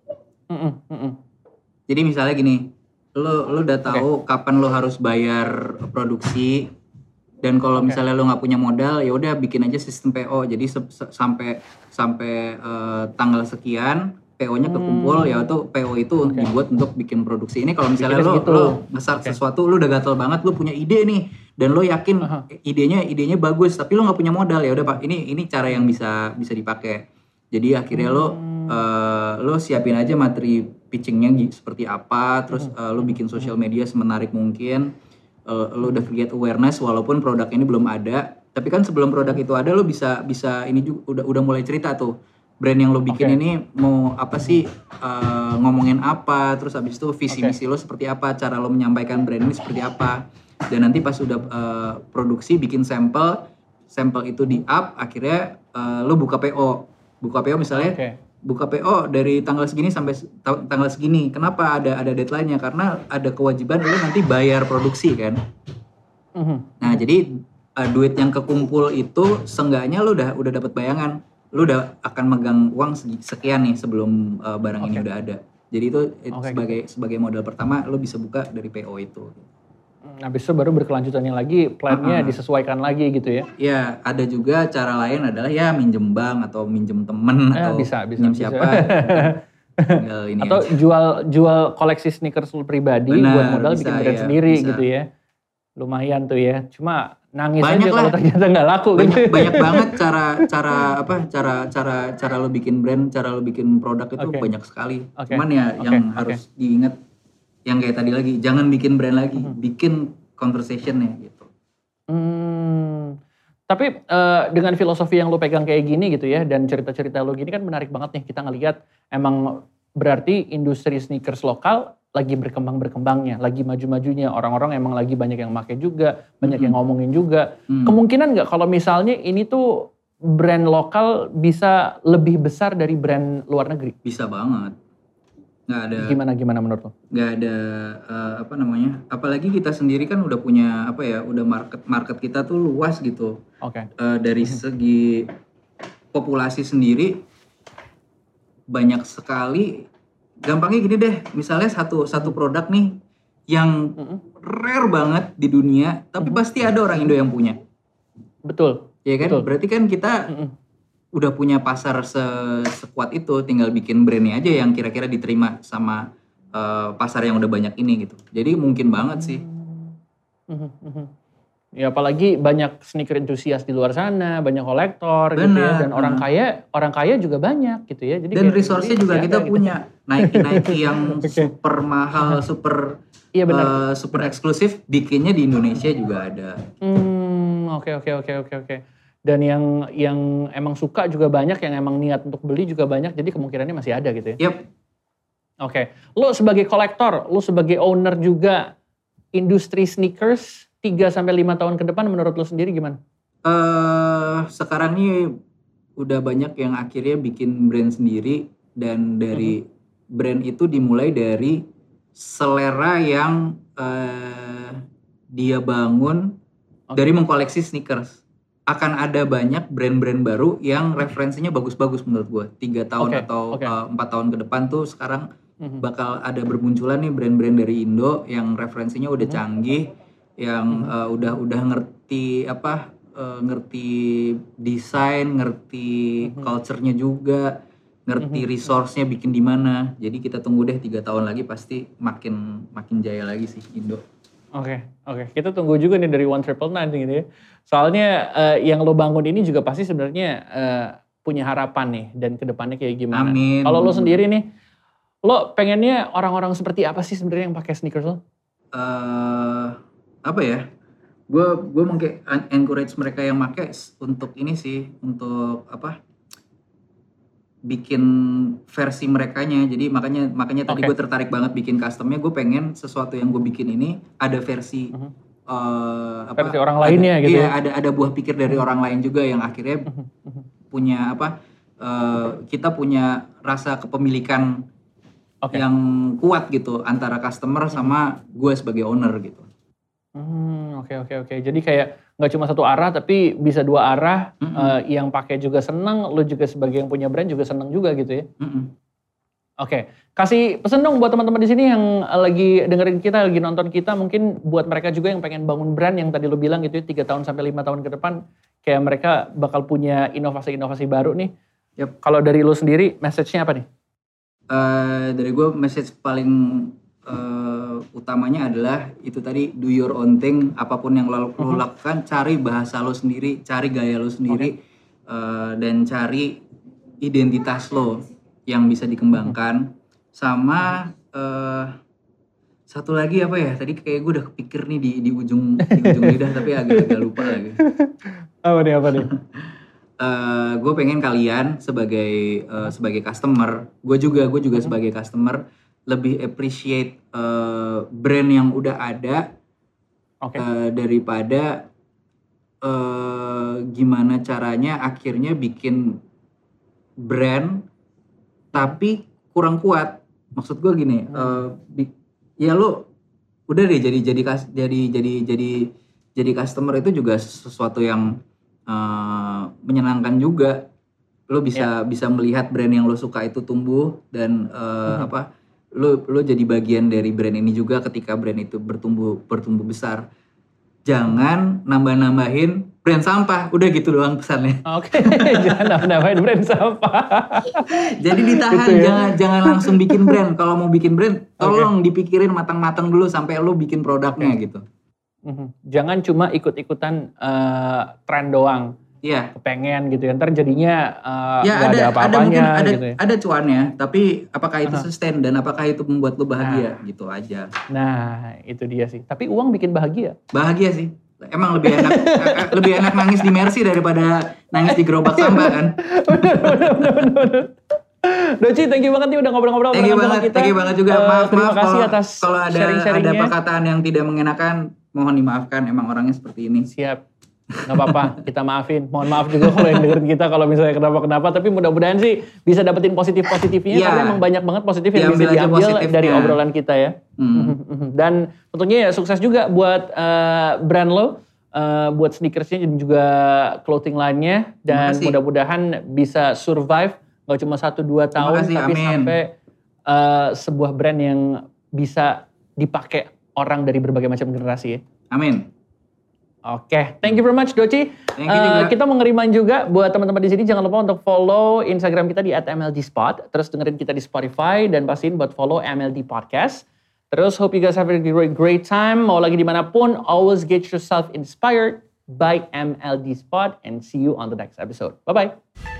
Jadi misalnya gini, lo udah tahu kapan lo harus bayar produksi, dan kalau misalnya lo nggak punya modal, ya udah bikin aja sistem PO. Jadi sampai tanggal sekian PO-nya kekumpul, ya tuh PO itu dibuat untuk bikin produksi. Ini kalau misalnya lo masak sesuatu, lo udah gatel banget, lo punya ide nih, dan lo yakin idenya bagus, tapi lo nggak punya modal, ya udah Pak, ini cara yang bisa dipakai. Jadi akhirnya lo siapin aja materi pitchingnya seperti apa, terus lo bikin social media semenarik mungkin, lo udah create awareness walaupun produk ini belum ada, tapi kan sebelum produk itu ada lo bisa ini juga udah mulai cerita tuh brand yang lo bikin ini mau apa sih, ngomongin apa, terus abis itu visi misi lo seperti apa, cara lo menyampaikan brand ini seperti apa, dan nanti pas udah produksi bikin sampel itu di up, akhirnya lo buka PO misalnya. Buka PO dari tanggal segini sampai tanggal segini. Kenapa ada deadline-nya? Karena ada kewajiban lu nanti bayar produksi kan. Nah, jadi duit yang kekumpul itu seenggaknya lu udah dapat bayangan. Lu udah akan megang uang sekian nih sebelum barang ini udah ada. Jadi itu sebagai modal pertama lu bisa buka dari PO itu. Habis itu baru berkelanjutannya lagi, plan-nya disesuaikan lagi gitu ya? Iya, ada juga cara lain adalah ya minjem bank atau minjem temen atau minjem siapa. Ini atau jual koleksi sneakers lu pribadi buat modal bikin brand sendiri gitu ya. Lumayan tuh ya. Cuma nangis banyak aja kalau ternyata nggak laku. Banyak banget cara lo bikin brand, cara lo bikin produk itu banyak sekali. Cuman ya yang harus diingat yang kayak tadi lagi, jangan bikin brand lagi, bikin conversation-nya gitu. Tapi dengan filosofi yang lo pegang kayak gini gitu ya, dan cerita-cerita lo gini kan menarik banget nih, kita ngelihat emang berarti industri sneakers lokal lagi berkembangnya, lagi maju-majunya, orang-orang emang lagi banyak yang pakai juga, banyak yang ngomongin juga. Kemungkinan nggak kalau misalnya ini tuh brand lokal bisa lebih besar dari brand luar negeri? Bisa banget. Nggak ada, gimana menurut lo? Nggak ada apalagi kita sendiri kan udah punya udah market kita tuh luas gitu. Dari segi populasi sendiri banyak sekali. Gampangnya gini deh, misalnya satu produk nih yang rare banget di dunia, tapi pasti ada orang Indo yang punya. Betul. Ya kan? Betul. Berarti kan kita udah punya pasar sekuat itu, tinggal bikin brandnya aja yang kira-kira diterima sama pasar yang udah banyak ini gitu. Jadi mungkin banget sih. Ya apalagi banyak sneaker enthusiast di luar sana, banyak kolektor gitu ya, dan orang kaya juga banyak gitu ya. Jadi dan resource-nya juga kita punya. Nike yang super mahal, super eksklusif, bikinnya di Indonesia juga ada. Oke. Dan yang emang suka juga banyak, yang emang niat untuk beli juga banyak, jadi kemungkinannya masih ada gitu ya. Yep. Oke. Lo sebagai kolektor, lo sebagai owner juga industri sneakers 3-5 tahun ke depan menurut lo sendiri gimana? Sekarang ini udah banyak yang akhirnya bikin brand sendiri, dan dari brand itu dimulai dari selera yang dia bangun dari mengkoleksi sneakers. Akan ada banyak brand-brand baru yang referensinya bagus-bagus menurut gue. 3 tahun atau 4 tahun ke depan tuh sekarang bakal ada bermunculan nih brand-brand dari Indo yang referensinya udah canggih, yang udah ngerti ngerti desain, ngerti culture-nya juga, ngerti resource-nya bikin di mana. Jadi kita tunggu deh 3 tahun lagi pasti makin jaya lagi sih Indo. Oke. Kita tunggu juga nih dari 1999 gitu ya. Soalnya yang lo bangun ini juga pasti sebenarnya punya harapan nih dan kedepannya kayak gimana. Amin. Kalau lo sendiri nih, lo pengennya orang-orang seperti apa sih sebenarnya yang pakai sneakers lo? Apa ya? Gue mungkin encourage mereka yang pakai untuk ini sih, untuk bikin versi merekanya. Jadi makanya tadi gue tertarik banget bikin customnya. Gue pengen sesuatu yang gue bikin ini ada versi versi orang lainnya gitu. Iya, ada buah pikir dari orang lain juga yang akhirnya punya kita punya rasa kepemilikan yang kuat gitu antara customer sama gue sebagai owner gitu. Oke. Jadi kayak nggak cuma satu arah tapi bisa dua arah. Yang pakai juga seneng, lo juga sebagai yang punya brand juga seneng juga gitu ya. Oke. Kasih pesan dong buat teman-teman di sini yang lagi dengerin kita, lagi nonton kita, mungkin buat mereka juga yang pengen bangun brand yang tadi lo bilang gitu ya, 3 tahun sampai 5 tahun ke depan kayak mereka bakal punya inovasi-inovasi baru nih. Kalau dari lo sendiri message-nya apa nih? Dari gue message paling utamanya adalah itu tadi, do your own thing. Apapun yang lo lakukan, cari bahasa lo sendiri, cari gaya lo sendiri, dan cari identitas lo yang bisa dikembangkan. Sama satu lagi apa ya, tadi kayak gue udah kepikir nih di ujung lidah tapi agak lupa lagi. Apa nih? Gue pengen kalian sebagai customer, gue juga sebagai customer lebih appreciate brand yang udah ada daripada gimana caranya akhirnya bikin brand tapi kurang kuat. Maksud gue gini, ya lo udah deh jadi customer itu juga sesuatu yang menyenangkan juga. Lo bisa melihat brand yang lo suka itu tumbuh dan lo jadi bagian dari brand ini juga ketika brand itu bertumbuh besar. Jangan nambah-nambahin brand sampah, udah gitu doang pesannya. Oke. Jangan nambah-nambahin brand sampah. Jadi ditahan, gitu ya? jangan langsung bikin brand. Kalau mau bikin brand, tolong dipikirin matang-matang dulu sampai lo bikin produknya gitu. Jangan cuma ikut-ikutan tren doang. Iya. Kepengen gitu ya, ntar jadinya gak ada apa-apanya gitu ya. Ada cuannya, tapi apakah itu sustain dan apakah itu membuat lo bahagia gitu aja. Nah itu dia sih, tapi uang bikin bahagia. Bahagia sih, emang lebih enak nangis di Mercy daripada nangis di gerobak sampah kan. Bener. Doci, thank you banget nih udah ngobrol-ngobrol sama kita. Thank you banget juga, maaf atas kalau ada perkataan yang tidak mengenakan, mohon dimaafkan, emang orangnya seperti ini. Siap. Gak apa-apa, kita maafin. Mohon maaf juga kalau yang dengerin kita kalau misalnya kenapa-kenapa. Tapi mudah-mudahan sih bisa dapetin positif-positifnya. Karena emang banyak banget positif yang bisa diambil dari obrolan kita ya. Dan tentunya ya sukses juga buat brand lo. Buat sneakersnya dan juga clothing line-nya. Dan mudah-mudahan bisa survive. Gak cuma 1-2 tahun. Tapi sampai sebuah brand yang bisa dipakai orang dari berbagai macam generasi ya. Amin. Oke, thank you very much Doci. Kita mau ngerimain juga buat teman-teman di sini, jangan lupa untuk follow Instagram kita di @mldspot, terus dengerin kita di Spotify dan pastiin buat follow MLD Podcast. Terus hope you guys have a great time. Mau lagi dimanapun, always get yourself inspired by MLD Spot and see you on the next episode. Bye bye.